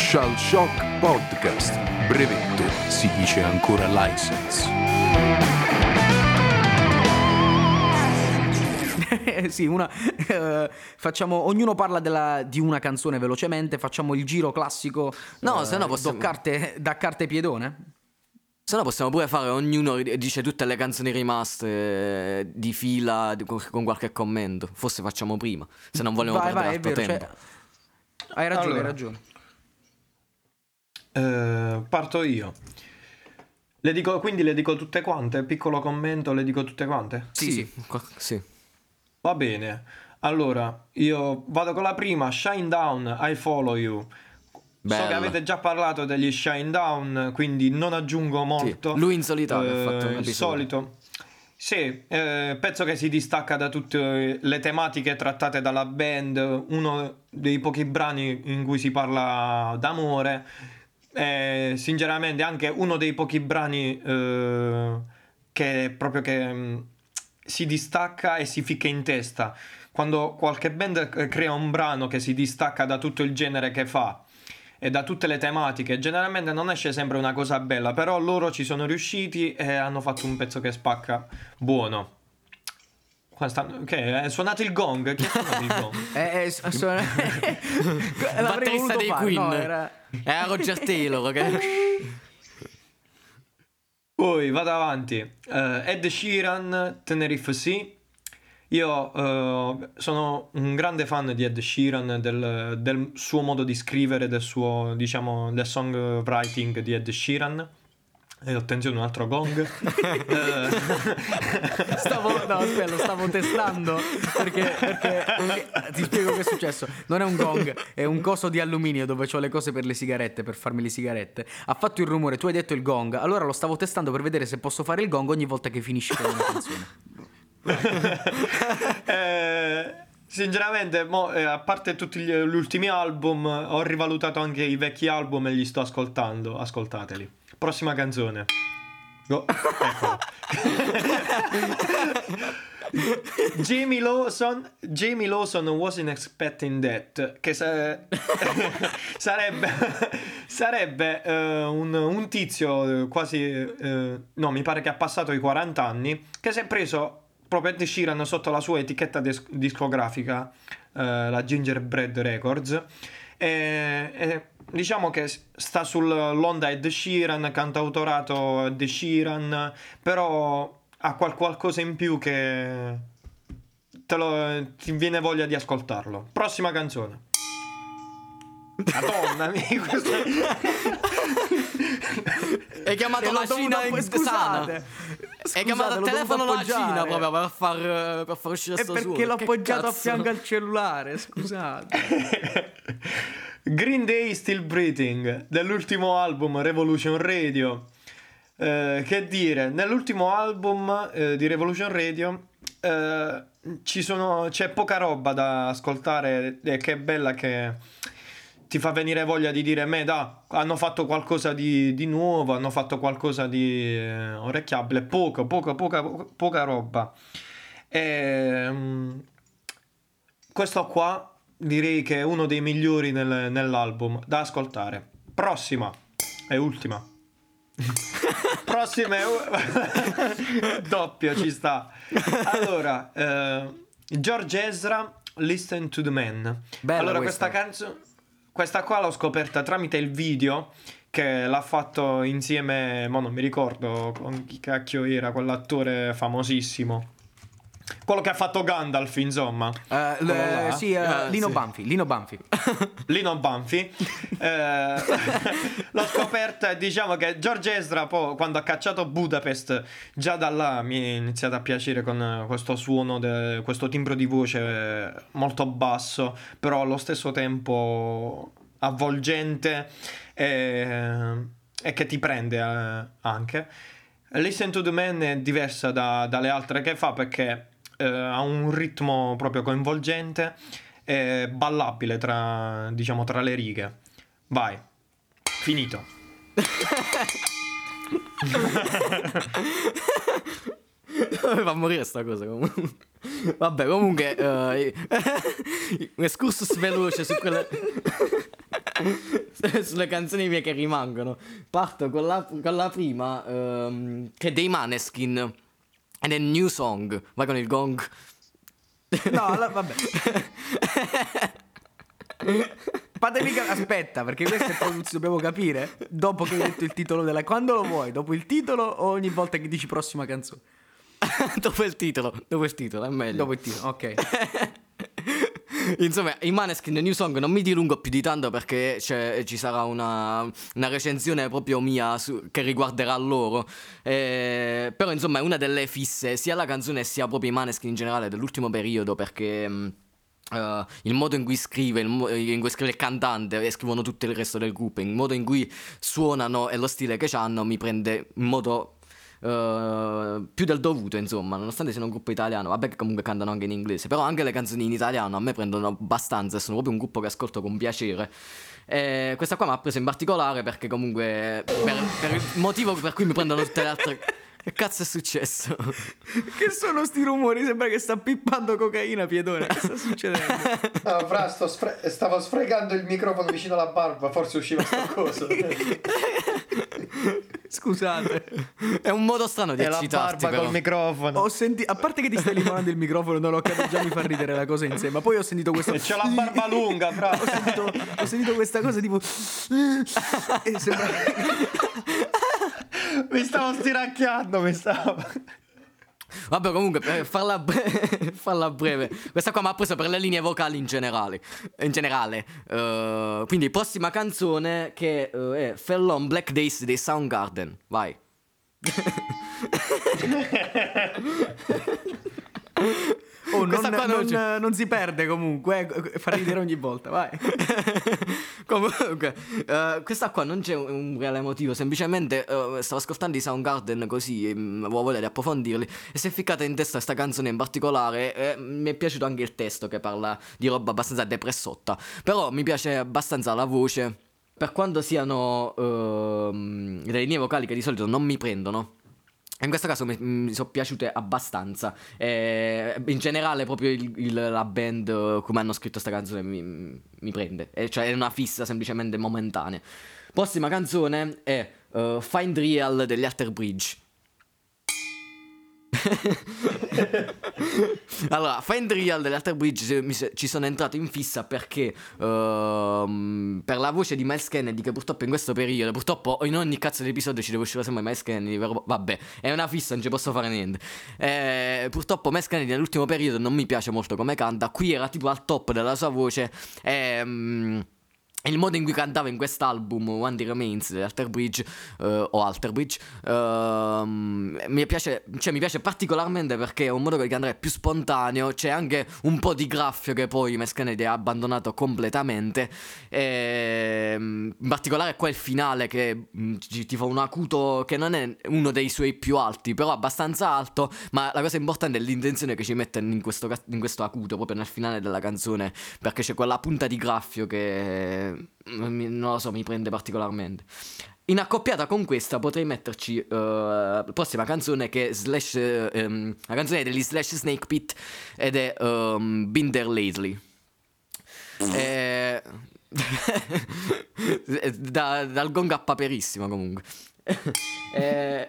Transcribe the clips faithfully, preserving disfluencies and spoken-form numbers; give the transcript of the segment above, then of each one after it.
Shell Shock Podcast. Brevetto si dice ancora license. Sì, una eh, facciamo, ognuno parla della, di una canzone velocemente, facciamo il giro classico. No, eh, se no possiamo- do carte, da carte piedone. Se no possiamo pure fare, ognuno dice tutte le canzoni rimaste eh, di fila di- con con qualche commento. Forse facciamo prima, se non vogliamo Vai, perdere vai, è altro vero, tempo. cioè, hai ragione, Allora. hai ragione. Eh, parto io. Le dico, quindi le dico tutte quante? Piccolo commento, le dico tutte quante? Sì, sì. qua- sì. Va bene. Allora, io vado con la prima. Shine Down, I Follow You. So Bella. che avete già parlato degli Shine Down, quindi non aggiungo molto. Sì, lui in solitario ha fatto un il episodio. solito. Sì, eh, penso che si distacca da tutte le tematiche trattate dalla band, uno dei pochi brani in cui si parla d'amore, eh, sinceramente anche uno dei pochi brani eh, che proprio che mh, si distacca e si ficca in testa. Quando qualche band eh, crea un brano che si distacca da tutto il genere che fa e da tutte le tematiche, generalmente non esce sempre una cosa bella, però loro ci sono riusciti e hanno fatto un pezzo che spacca buono. Qua stanno- Che è suonato il gong? Chi ha suonato il gong? Eh, eh, so- so- L'avrei Batterista voluto dei fare, Queen. no, era- Era Roger Taylor, ok? Poi vado avanti. Eh, Ed Sheeran, Tenerife Sea. Io eh, sono un grande fan di Ed Sheeran, del, del suo modo di scrivere, del suo, diciamo, del songwriting di Ed Sheeran. E attenzione, un altro gong. Eh, Stavo, no, aspetta, lo stavo testando perché, perché ti spiego che è successo. Non è un gong, è un coso di alluminio dove ho le cose per le sigarette, per farmi le sigarette. Ha fatto il rumore, tu hai detto il gong, allora lo stavo testando per vedere se posso fare il gong ogni volta che finisce con una canzone. eh, sinceramente, mo, eh, a parte tutti gli, gli ultimi album, ho rivalutato anche i vecchi album e li sto ascoltando. Ascoltateli. Prossima canzone. Go. Eccolo. Jamie Lawson Jamie Lawson wasn't expecting that, che sa- sarebbe sarebbe eh, un, un tizio eh, quasi eh, no, mi pare che ha passato i quaranta anni, che si è preso proprio Ed Sheeran sotto la sua etichetta dis- discografica, eh, la Gingerbread Records, e, e diciamo che sta sull'onda Ed Sheeran, cantautorato Ed Sheeran, però ha qual- qualcosa in più che te lo, ti viene voglia di ascoltarlo. Prossima canzone. Madonna mia, questo... Hai chiamato E l'ho la Cina dovuto- in sana. scusate, Hai chiamato al l'ho telefono dovuto la Cina appoggiare. proprio per far, per far uscire È sto perché suono. l'ho Che appoggiato a cazzo? fianco al cellulare, scusate. Green Day Still Breathing, dell'ultimo album Revolution Radio. Eh, che dire, nell'ultimo album eh, di Revolution Radio eh, ci sono, c'è poca roba da ascoltare, e che è bella, che ti fa venire voglia di dire: me da, hanno fatto qualcosa di, di nuovo, hanno fatto qualcosa di eh, orecchiabile. Poco, poco, poca, poca roba. E, mm, questo qua direi che è uno dei migliori nel- nell'album da ascoltare. Prossima e ultima. Prossima e u- doppio ci sta. Allora, eh, George Ezra, Listen to the Man. Bella allora, questa. questa canzone, questa qua l'ho scoperta tramite il video che l'ha fatto insieme, ma non mi ricordo con chi cacchio era, quell'attore famosissimo. Quello che ha fatto Gandalf, insomma. Eh, Quello le- là. sì, eh, Ah, Lino sì. Banfi, Lino Banfi. Lino Banfi. Eh, l'ho scoperta e diciamo che George Ezra poi, quando ha cacciato Budapest, già da là mi è iniziato a piacere con questo suono, de- questo timbro di voce molto basso, però allo stesso tempo avvolgente e, e che ti prende eh, anche. Listen to the Man è diversa da- dalle altre che fa perché eh, ha un ritmo proprio coinvolgente e ballabile tra, diciamo, tra le righe. Vai, finito. Fa morire sta cosa comunque. Vabbè, comunque eh, un excursus veloce su quelle sulle canzoni mie che rimangono. Parto con la, con la prima, ehm, che è dei Maneskin. Ed è New Song. Vai con il gong. No, allora, vabbè. Fatemi cap- aspetta, perché questo è produzione, dobbiamo capire. Dopo che hai detto il titolo della... Quando lo vuoi? Dopo il titolo o ogni volta che dici prossima canzone? Dopo il titolo. Dopo il titolo, è meglio. Dopo il titolo, ok. Insomma, i Maneskin New Song non mi dilungo più di tanto perché c'è, ci sarà una, una recensione proprio mia su, che riguarderà loro. Eh, però insomma è una delle fisse sia la canzone sia proprio i Maneskin in generale dell'ultimo periodo, perché mh, uh, il modo in cui scrive, il mo- in cui scrive il cantante e scrivono tutto il resto del gruppo, il modo in cui suonano e lo stile che hanno mi prende in modo... Uh, più del dovuto, insomma, nonostante siano un gruppo italiano, vabbè che comunque cantano anche in inglese, però anche le canzoni in italiano a me prendono abbastanza e sono proprio un gruppo che ascolto con piacere. E questa qua mi ha preso in particolare perché comunque per, per il motivo per cui mi prendono tutte le altre. Che cazzo è successo? Che sono sti rumori? Sembra che sta pippando cocaina, Piedone. Che sta succedendo? No, fra, sto sfre- stavo sfregando il microfono vicino alla barba, forse usciva sta cosa. Scusate. È un modo strano di E la eccitarti, barba però. col microfono. Ho sentito, a parte che ti stai limonando il microfono, non l'ho capito, già mi fa ridere la cosa insieme. Ma poi ho sentito questo. E c'ho la barba lunga, fra. Ho sentito, ho sentito questa cosa tipo. E sembra. Mi stavo stiracchiando, mi stavo. Vabbè, comunque, per farla, bre- farla breve, questa qua mi ha preso per le linee vocali in generale. In generale. Uh, quindi, prossima canzone che uh, è Fell on Black Days dei Soundgarden. Vai. Oh, non, Questa qua non non, c'è. non si perde comunque, eh, fa ridere ogni volta, vai. Comunque, uh, questa qua non c'è un, un reale motivo, semplicemente uh, stavo ascoltando i Soundgarden così, um, avevo voglia di approfondirli e si è ficcata in testa questa canzone in particolare e mi è piaciuto anche il testo che parla di roba abbastanza depressotta, però mi piace abbastanza la voce, per quanto siano uh, delle linee vocali che di solito non mi prendono. In questo caso mi, mi sono piaciute abbastanza. E in generale proprio il, il, la band, uh, come hanno scritto sta canzone mi, mi prende, e cioè è una fissa semplicemente momentanea. Prossima canzone è uh, Find Real degli Alter Bridge. Allora, Find Real degli Alter Bridge mi, ci sono entrato in fissa perché uh, per la voce di Miles Kennedy, che purtroppo in questo periodo, purtroppo in ogni cazzo di episodio ci deve uscire sempre Miles Kennedy, però, vabbè, è una fissa, non ci posso fare niente. eh, Purtroppo Miles Kennedy nell'ultimo periodo non mi piace molto come canta. Qui era tipo al top della sua voce e... Um, il modo in cui cantava in quest'album One Day Remains degli Alter Bridge uh, o Alter Bridge uh, mi piace, cioè mi piace particolarmente perché è un modo di cantare più spontaneo, c'è anche un po' di graffio che poi Miles Kennedy ha abbandonato completamente, e, in particolare qua il finale che mh, ti fa un acuto che non è uno dei suoi più alti, però abbastanza alto, ma la cosa importante è l'intenzione che ci mette in questo, in questo acuto proprio nel finale della canzone, perché c'è quella punta di graffio che non lo so, mi prende particolarmente. In accoppiata con questa potrei metterci uh, la prossima canzone che è Slash, uh, um, la canzone degli Slash Snake Pit ed è um, Been There Lately. E... da, dal gong a paperissimo comunque. e...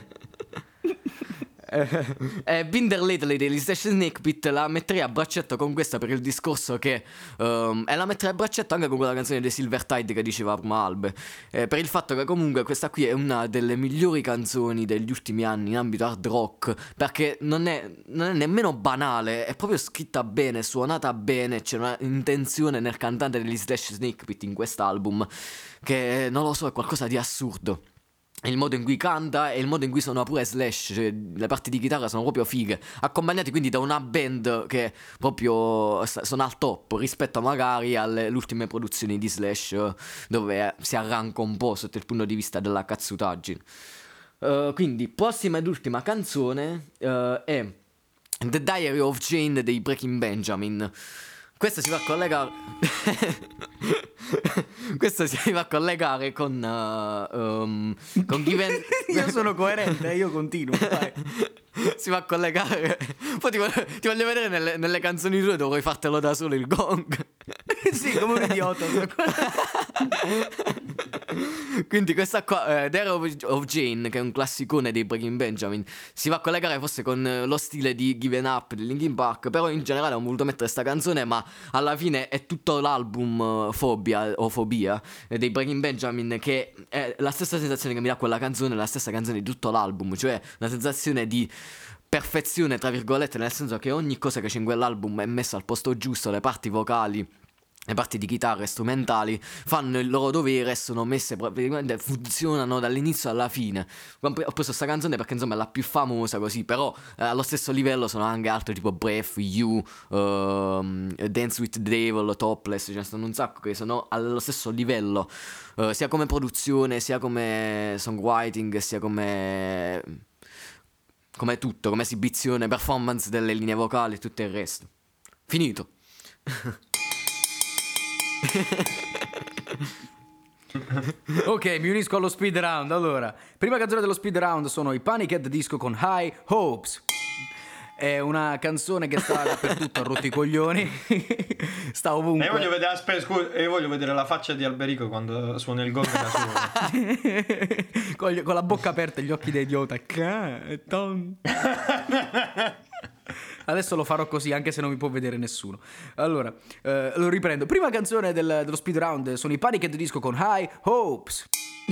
Eh, Binder Lately degli Slash Snake Pit la metterei a braccetto con questa per il discorso che um, e la metterei a braccetto anche con quella canzone dei Silver Tide che diceva prima Albe, eh, per il fatto che comunque questa qui è una delle migliori canzoni degli ultimi anni in ambito hard rock, perché non è, non è nemmeno banale, è proprio scritta bene, suonata bene, c'è una intenzione nel cantante degli Slash Snake Pit in quest'album che non lo so, è qualcosa di assurdo. Il modo in cui canta e il modo in cui suona pure Slash, cioè le parti di chitarra sono proprio fighe, accompagnati quindi da una band che proprio sono al top rispetto magari alle ultime produzioni di Slash, dove si arranca un po' sotto il punto di vista della cazzutaggine. Uh, quindi prossima ed ultima canzone uh, è The Diary of Jane dei Breaking Benjamin. Questo si va a collegare Questo si va a collegare con uh, um, con Given. Io sono coerente, io continuo, vai. Si va a collegare. Poi ti voglio, ti voglio vedere nelle, nelle canzoni tue, dovrei fartelo da solo il gong. Sì, come un idiota. Quindi questa qua, eh, Dare of, of Jane, che è un classicone dei Breaking Benjamin, si va a collegare forse con eh, lo stile di Given Up di Linkin Park. Però in generale ho voluto mettere questa canzone, ma alla fine è tutto l'album uh, Phobia o Fobia eh, dei Breaking Benjamin, che è la stessa sensazione che mi dà quella canzone, la stessa canzone di tutto l'album, cioè una sensazione di perfezione tra virgolette, nel senso che ogni cosa che c'è in quell'album è messa al posto giusto, le parti vocali, le parti di chitarra e strumentali fanno il loro dovere e sono messe praticamente, funzionano dall'inizio alla fine. Ho preso questa canzone perché insomma è la più famosa così, però eh, allo stesso livello sono anche altre tipo Breath, You, um, Dance with the Devil, Topless, ce ne sono un sacco che sono allo stesso livello, uh, sia come produzione, sia come songwriting, sia come... come tutto, come esibizione, performance delle linee vocali e tutto il resto. Finito. Ok, mi unisco allo speed round. Allora, prima canzone dello speed round sono i Panic at the Disco con High Hopes. È una canzone che sta dappertutto, ha rotto i coglioni. Sta ovunque. E io voglio vedere, aspetta, scusa, io voglio vedere la faccia di Alberico quando suona il gong da solo. con, gli- con la bocca aperta e gli occhi da idiota. Adesso lo farò così, anche se non mi può vedere nessuno. Allora, eh, lo riprendo. Prima canzone del- dello speed round sono i Panic at the Disco con High Hopes.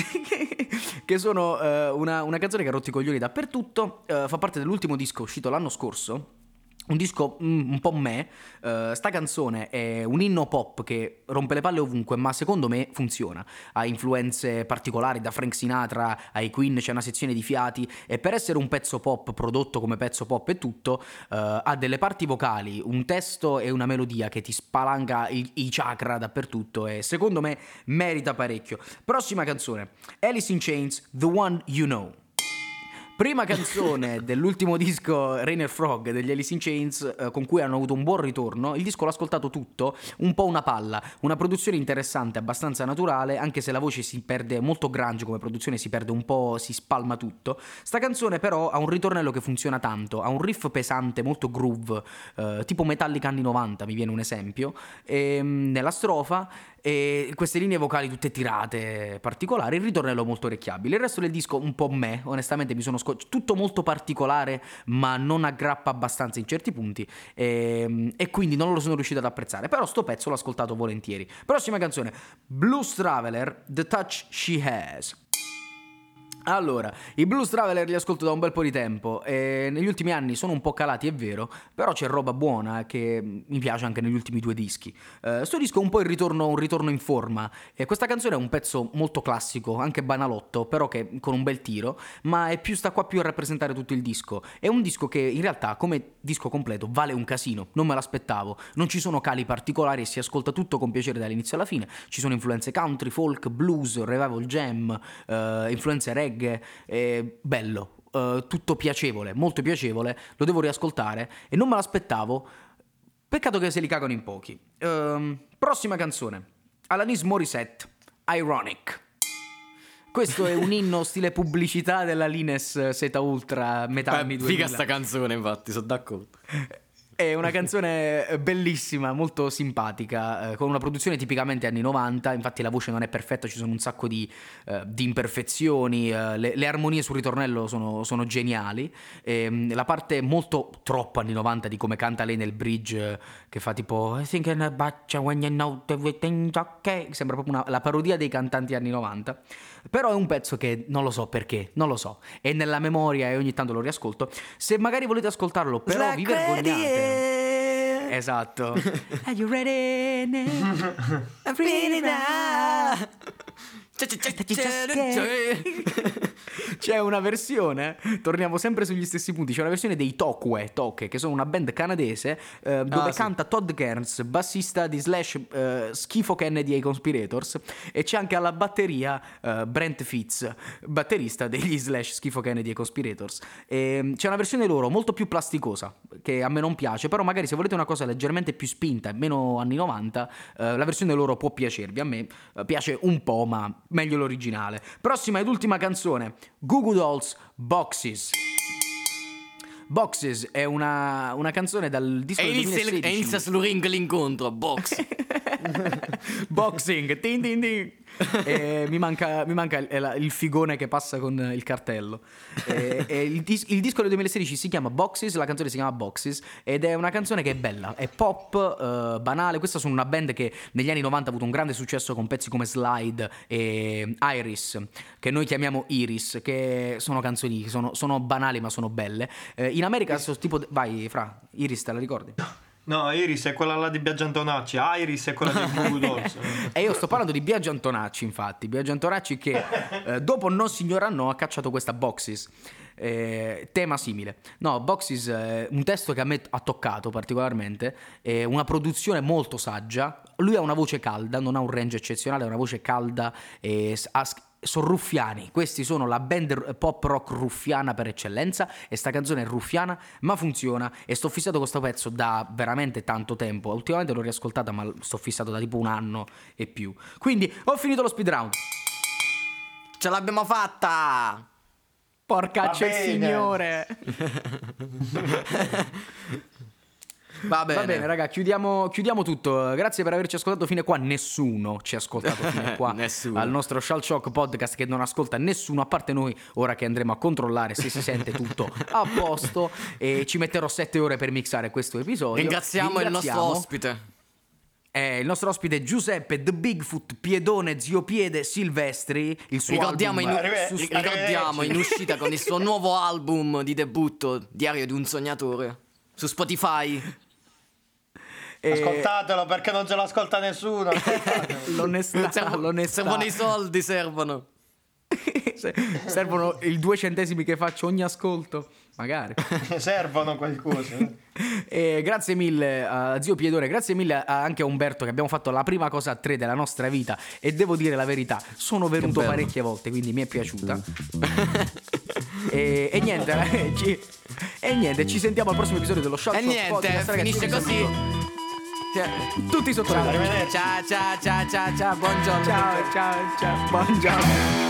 Che sono eh, una, una canzone che ha rotto i coglioni dappertutto. eh, Fa parte dell'ultimo disco uscito l'anno scorso. Un disco mm, un po' me. uh, Sta canzone è un inno pop che rompe le palle ovunque, ma secondo me funziona. Ha influenze particolari, da Frank Sinatra ai Queen c'è una sezione di fiati. E per essere un pezzo pop, prodotto come pezzo pop e tutto, uh, ha delle parti vocali, un testo e una melodia che ti spalanca i, i chakra dappertutto. E secondo me merita parecchio. Prossima canzone, Alice in Chains, The One You Know. Prima canzone dell'ultimo disco Rainer Frog degli Alice in Chains, eh, con cui hanno avuto un buon ritorno. Il disco l'ho ascoltato tutto, un po' una palla, una produzione interessante, abbastanza naturale, anche se la voce si perde, molto grunge come produzione, si perde un po', si spalma tutto. Sta canzone però ha un ritornello che funziona tanto, ha un riff pesante, molto groove, eh, tipo Metallica anni novanta, mi viene un esempio, e, nella strofa, e queste linee vocali tutte tirate, particolari, il ritornello molto orecchiabile. Il resto del disco un po' me, onestamente mi sono scocciato, tutto molto particolare ma non aggrappa abbastanza in certi punti, e, e quindi non lo sono riuscito ad apprezzare, però sto pezzo l'ho ascoltato volentieri. Prossima canzone, Blues Traveler, The Touch She Has. Allora, i Blues Traveler li ascolto da un bel po' di tempo e negli ultimi anni sono un po' calati, è vero, però c'è roba buona che mi piace anche negli ultimi due dischi. Uh, sto disco è un po' il ritorno, un ritorno in forma, e questa canzone è un pezzo molto classico, anche banalotto, però che con un bel tiro, ma è più sta qua più a rappresentare tutto il disco. È un disco che in realtà come disco completo vale un casino, non me l'aspettavo, non ci sono cali particolari e si ascolta tutto con piacere dall'inizio alla fine. Ci sono influenze country, folk, blues, revival jam, uh, influenze reggae. È bello, uh, tutto piacevole, molto piacevole, lo devo riascoltare e non me l'aspettavo, peccato che se li cagano in pochi. Uh, prossima canzone, Alanis Morissette, Ironic. Questo è un inno stile pubblicità della Lines Z Ultra metà anni eh, duemila. figa sta canzone, infatti, sono d'accordo. È una canzone bellissima, molto simpatica, eh, con una produzione tipicamente anni novanta. Infatti la voce non è perfetta, ci sono un sacco di, eh, di imperfezioni, eh, le, le armonie sul ritornello sono, sono geniali, e, la parte molto troppo anni novanta di come canta lei nel bridge, eh, che fa tipo I think about you when you know everything's okay. Sembra proprio una, la parodia dei cantanti anni novanta. Però è un pezzo che non lo so perché, non lo so, è nella memoria e ogni tanto lo riascolto. Se magari volete ascoltarlo, però vi vergognate. Esatto. Are you ready? I'm ready now. C'è una versione, torniamo sempre sugli stessi punti, c'è una versione dei Tokwe, Toke, che sono una band canadese, eh, dove ah, sì. canta Todd Kearns, bassista di Slash, eh, Schifo Kennedy e i Conspirators, e c'è anche alla batteria eh, Brent Fitz, batterista degli Slash, Schifo Kennedy e i Conspirators. E c'è una versione loro molto più plasticosa, che a me non piace, però magari se volete una cosa leggermente più spinta e meno anni novanta, eh, la versione loro può piacervi. A me eh, piace un po', ma meglio l'originale. Prossima ed ultima canzone, Goo Goo Dolls, Boxes. Boxes è una, una canzone dal disco E del inizia, duemilasedici. e inizia sul ring l'incontro, box. Boxing, tin tin tin. E mi manca, mi manca il, il figone che passa con il cartello. E, e il, dis, il disco del duemilasedici si chiama Boxes, la canzone si chiama Boxes ed è una canzone che è bella, è pop, uh, banale. Questa sono una band che negli anni novanta ha avuto un grande successo con pezzi come Slide e Iris, che noi chiamiamo Iris, che sono canzoni che sono, sono banali ma sono belle. Eh, in America sono tipo... Vai Fra, Iris te la ricordi? No, Iris è quella là di Biagio Antonacci, Iris è quella di Goo Dolls. E io sto parlando di Biagio Antonacci, infatti. Biagio Antonacci che eh, dopo No Signora No ha cacciato questa Boxes. Eh, tema simile. No, Boxes è un testo che a me ha toccato particolarmente, è una produzione molto saggia. Lui ha una voce calda, non ha un range eccezionale, ha una voce calda e ha, sono ruffiani. Questi sono la band pop rock ruffiana per eccellenza e sta canzone è ruffiana ma funziona e sto fissato con sto pezzo da veramente tanto tempo. Ultimamente l'ho riascoltata ma sto fissato da tipo un anno e più. Quindi ho finito lo speed round. Ce l'abbiamo fatta! Porcaccia il signore. Va bene. Va bene, raga, chiudiamo, chiudiamo tutto. Grazie per averci ascoltato fino a qua. Nessuno ci ha ascoltato fino a qua Nessuno. al nostro Shell Shock podcast, che non ascolta nessuno a parte noi. Ora che andremo a controllare se si sente tutto a posto, e ci metterò sette ore per mixare questo episodio. Ringraziamo, Vi il nostro ringraziamo. ospite. Eh, il nostro ospite è Giuseppe The Bigfoot Piedone Zio Piede Silvestri. Il suo Ricordiamo, in, album Arrive- ri- ricordiamo in uscita con il suo nuovo album di debutto, Diario di un sognatore, su Spotify. eh, Ascoltatelo perché non ce l'ascolta nessuno. ascoltatelo. l'onestà, Servono, l'onestà. servono i soldi, servono. Se- servono i due centesimi che faccio ogni ascolto, magari. Servono qualcosa. E grazie mille a Zio Piedone, grazie mille a- anche a Umberto, che abbiamo fatto la prima cosa a tre della nostra vita, e devo dire la verità, sono venuto bello. parecchie volte, quindi mi è piaciuta. e, e niente, eh, ci, e niente, ci sentiamo al prossimo episodio dello Shot E Shot niente, Podcast, ragazzi. finisce Io vi così. saluto. Cioè, tutti sotto le Arrivederci. Ciao ciao ciao ciao ciao, buongiorno. Ciao ciao ciao ciao, buongiorno.